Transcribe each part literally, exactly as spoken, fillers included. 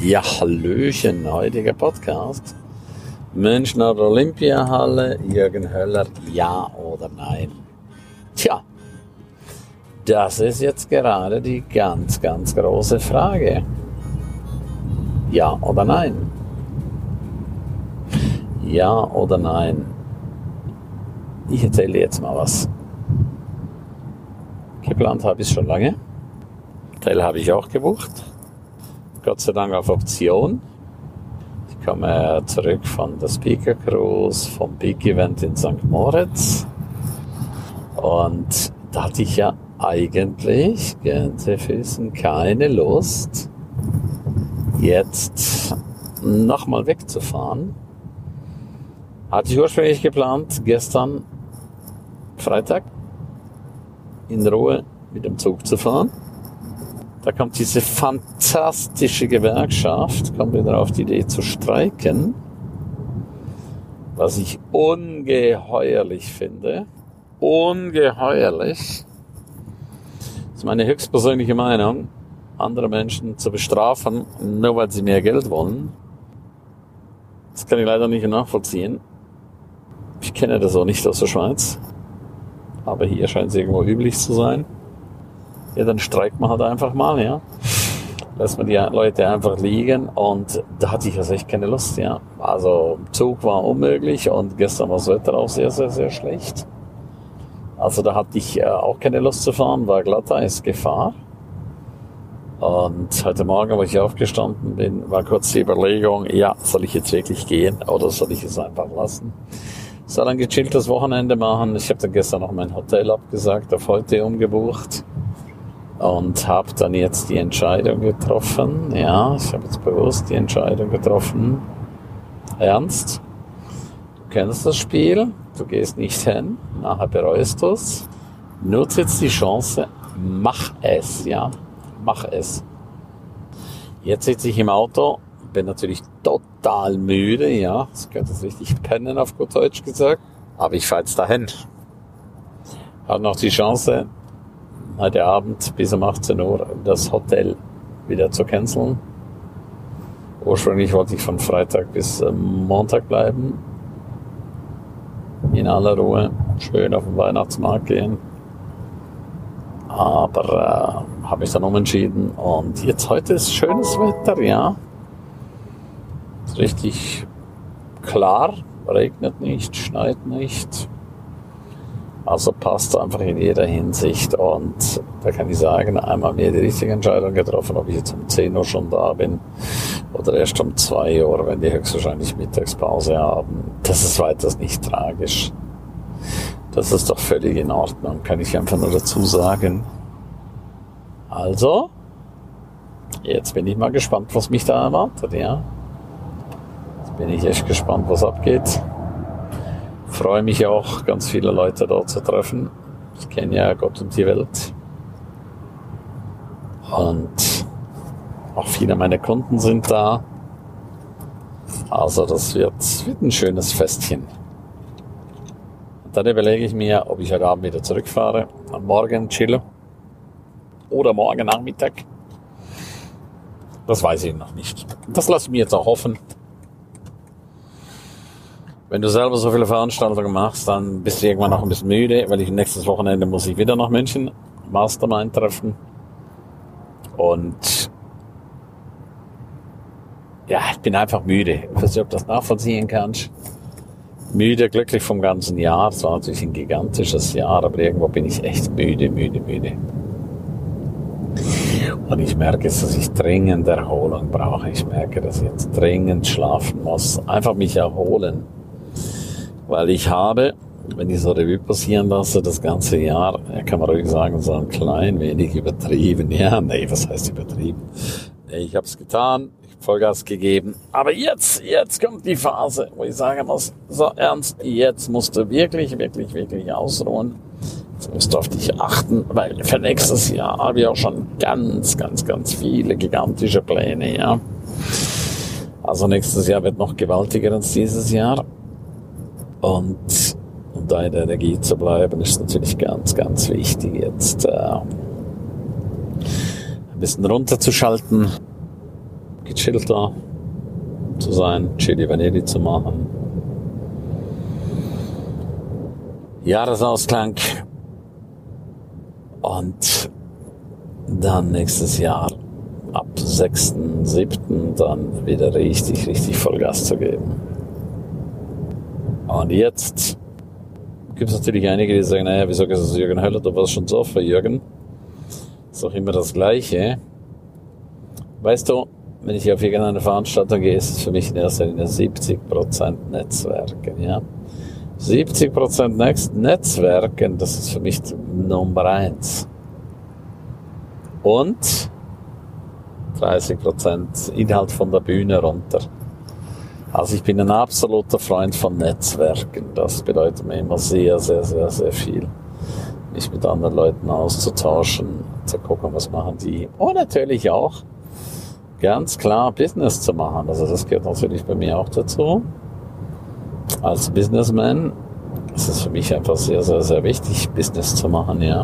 Ja, Hallöchen, heutiger Podcast. Münchner Olympiahalle, Jürgen Höller, ja oder nein? Tja, das ist jetzt gerade die ganz, ganz große Frage. Ja oder nein? Ja oder nein? Ich erzähle dir jetzt mal was. Geplant habe ich es schon lange. Hotel habe ich auch gebucht. Gott sei Dank auf Option. Ich komme zurück von der Speaker Cruise, vom Peak Event in Sankt Moritz. Und da hatte ich ja eigentlich, Gänsefüßen, keine Lust, jetzt nochmal wegzufahren. Hatte ich ursprünglich geplant, gestern Freitag in Ruhe mit dem Zug zu fahren. Da kommt diese fantastische Gewerkschaft, kommt wieder auf die Idee zu streiken, was ich ungeheuerlich finde. Ungeheuerlich. Das ist meine höchstpersönliche Meinung, andere Menschen zu bestrafen, nur weil sie mehr Geld wollen. Das kann ich leider nicht nachvollziehen. Ich kenne das auch nicht aus der Schweiz, aber hier scheint es irgendwo üblich zu sein. Ja, dann streikt man halt einfach mal, ja. Lässt man die Leute einfach liegen und da hatte ich also echt keine Lust, ja. Also Zug war unmöglich und gestern war das Wetter auch sehr, sehr, sehr schlecht. Also da hatte ich auch keine Lust zu fahren, war Glatteisgefahr. Und heute Morgen, wo ich aufgestanden bin, war kurz die Überlegung, ja, soll ich jetzt wirklich gehen oder soll ich es einfach lassen? Soll ein gechilltes Wochenende machen. Ich habe dann gestern noch mein Hotel abgesagt, auf heute umgebucht. Und habe dann jetzt die Entscheidung getroffen, ja, ich habe jetzt bewusst die Entscheidung getroffen, ernst, du kennst das Spiel, du gehst nicht hin, nachher bereust du es, nutze jetzt die Chance, mach es, ja, mach es. Jetzt sitze ich im Auto, bin natürlich total müde, ja, ich könnte jetzt richtig pennen, auf gut Deutsch gesagt, aber ich fahre jetzt dahin. Habe noch die Chance, heute Abend bis um achtzehn Uhr das Hotel wieder zu canceln. Ursprünglich wollte ich von Freitag bis Montag bleiben. In aller Ruhe, schön auf den Weihnachtsmarkt gehen. Aber äh, habe ich dann umentschieden. Und jetzt heute ist schönes Wetter, ja. Ist richtig klar, regnet nicht, schneit nicht. Also passt einfach in jeder Hinsicht und da kann ich sagen, einmal mehr die richtige Entscheidung getroffen, ob ich jetzt um zehn Uhr schon da bin oder erst um zwei Uhr, wenn die höchstwahrscheinlich Mittagspause haben. Das ist weiters nicht tragisch. Das ist doch völlig in Ordnung, kann ich einfach nur dazu sagen. Also, jetzt bin ich mal gespannt, was mich da erwartet, ja. Jetzt bin ich echt gespannt, was abgeht. Freue mich auch, ganz viele Leute dort zu treffen. Ich kenne ja Gott und die Welt. Und auch viele meiner Kunden sind da. Also das wird, wird ein schönes Festchen. Und dann überlege ich mir, ob ich heute Abend wieder zurückfahre, am Morgen chille oder morgen Nachmittag. Das weiß ich noch nicht. Das lasse ich mir jetzt auch hoffen. Wenn du selber so viele Veranstaltungen machst, dann bist du irgendwann noch ein bisschen müde, weil ich nächstes Wochenende muss ich wieder nach München Mastermind treffen. Und ja, ich bin einfach müde. Ich weiß nicht, ob du das nachvollziehen kannst. Müde, glücklich vom ganzen Jahr. Es war natürlich ein gigantisches Jahr, aber irgendwo bin ich echt müde, müde, müde. Und ich merke jetzt, dass ich dringend Erholung brauche. Ich merke, dass ich jetzt dringend schlafen muss. Einfach mich erholen. Weil ich habe, wenn ich so Revue passieren lasse, das ganze Jahr, kann man ruhig sagen, so ein klein wenig übertrieben. Ja, nee, was heißt übertrieben? Nee, ich habe es getan, ich habe Vollgas gegeben. Aber jetzt, jetzt kommt die Phase, wo ich sagen muss, so ernst, jetzt musst du wirklich, wirklich, wirklich ausruhen. Jetzt musst du auf dich achten, weil für nächstes Jahr habe ich auch schon ganz, ganz, ganz viele gigantische Pläne, ja. Also nächstes Jahr wird noch gewaltiger als dieses Jahr. Und um da in der Energie zu bleiben, ist natürlich ganz, ganz wichtig, jetzt äh, ein bisschen runterzuschalten, gechillter zu sein, Chili Vanilli zu machen. Jahresausklang. Und dann nächstes Jahr ab sechsten siebten dann wieder richtig, richtig Vollgas zu geben. Und jetzt gibt es natürlich einige, die sagen, naja, wieso ist das Jürgen Höller, du warst schon so für Jürgen. Ist doch immer das Gleiche. Weißt du, wenn ich auf irgendeine Veranstaltung gehe, ist es für mich in erster Linie siebzig Prozent Netzwerken, ja. siebzig Prozent Netzwerken, das ist für mich Nummer eins. Und dreißig Prozent Inhalt von der Bühne runter. Also ich bin ein absoluter Freund von Netzwerken. Das bedeutet mir immer sehr, sehr, sehr, sehr viel. Mich mit anderen Leuten auszutauschen, zu gucken, was machen die. Und natürlich auch ganz klar Business zu machen. Also das gehört natürlich bei mir auch dazu. Als Businessman ist es für mich einfach sehr, sehr, sehr wichtig, Business zu machen, ja.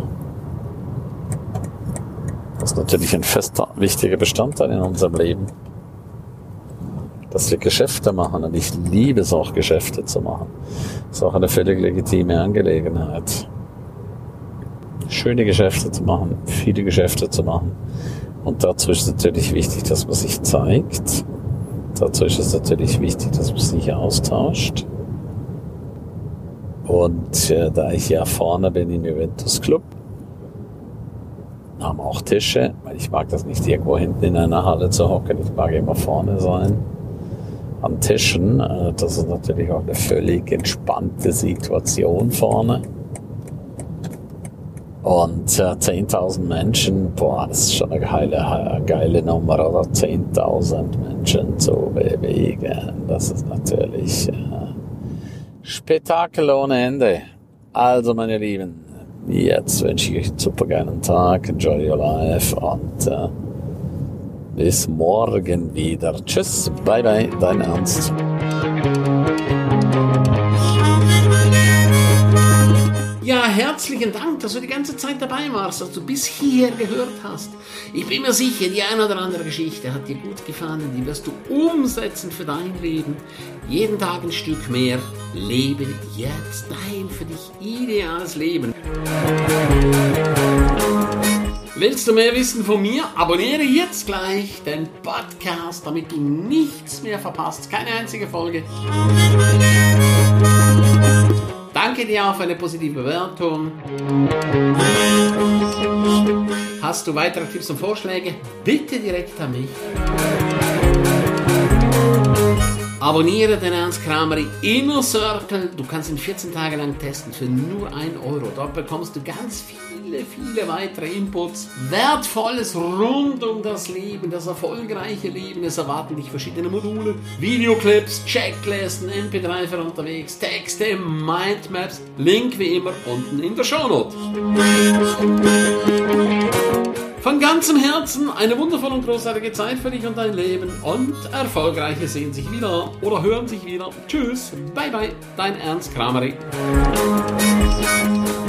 Das ist natürlich ein fester, wichtiger Bestandteil in unserem Leben. Dass wir Geschäfte machen, und ich liebe es auch, Geschäfte zu machen. Das ist auch eine völlig legitime Angelegenheit. Schöne Geschäfte zu machen, viele Geschäfte zu machen. Und dazu ist es natürlich wichtig, dass man sich zeigt. Dazu ist es natürlich wichtig, dass man sich austauscht. Und äh, da ich ja vorne bin im Juventus Club, haben auch Tische, weil ich mag das nicht, irgendwo hinten in einer Halle zu hocken. Ich mag immer vorne sein. An Tischen, äh, das ist natürlich auch eine völlig entspannte Situation vorne. Und äh, zehntausend Menschen, boah, das ist schon eine geile, geile Nummer, oder? zehntausend Menschen zu bewegen, das ist natürlich äh, Spektakel ohne Ende. Also, meine Lieben, jetzt wünsche ich euch einen super geilen Tag, enjoy your life und äh, bis morgen wieder. Tschüss, bye bye, dein Ernst. Ja, herzlichen Dank, dass du die ganze Zeit dabei warst, dass du bis hierher gehört hast. Ich bin mir sicher, die eine oder andere Geschichte hat dir gut gefallen, die wirst du umsetzen für dein Leben. Jeden Tag ein Stück mehr. Lebe jetzt dein für dich ideales Leben. Willst du mehr wissen von mir? Abonniere jetzt gleich den Podcast, damit du nichts mehr verpasst. Keine einzige Folge. Danke dir auch für eine positive Bewertung. Hast du weitere Tipps und Vorschläge? Bitte direkt an mich. Abonniere den Ernst Kramery Inner Circle. Du kannst ihn vierzehn Tage lang testen für nur ein Euro. Dort bekommst du ganz viele, viele weitere Inputs. Wertvolles rund um das Leben, das erfolgreiche Leben. Es erwarten dich verschiedene Module, Videoclips, Checklisten, M P drei für unterwegs, Texte, Mindmaps. Link wie immer unten in der Shownote. Von ganzem Herzen eine wundervolle und großartige Zeit für dich und dein Leben und Erfolgreiche sehen sich wieder oder hören sich wieder. Tschüss, bye bye, dein Ernst Kramery.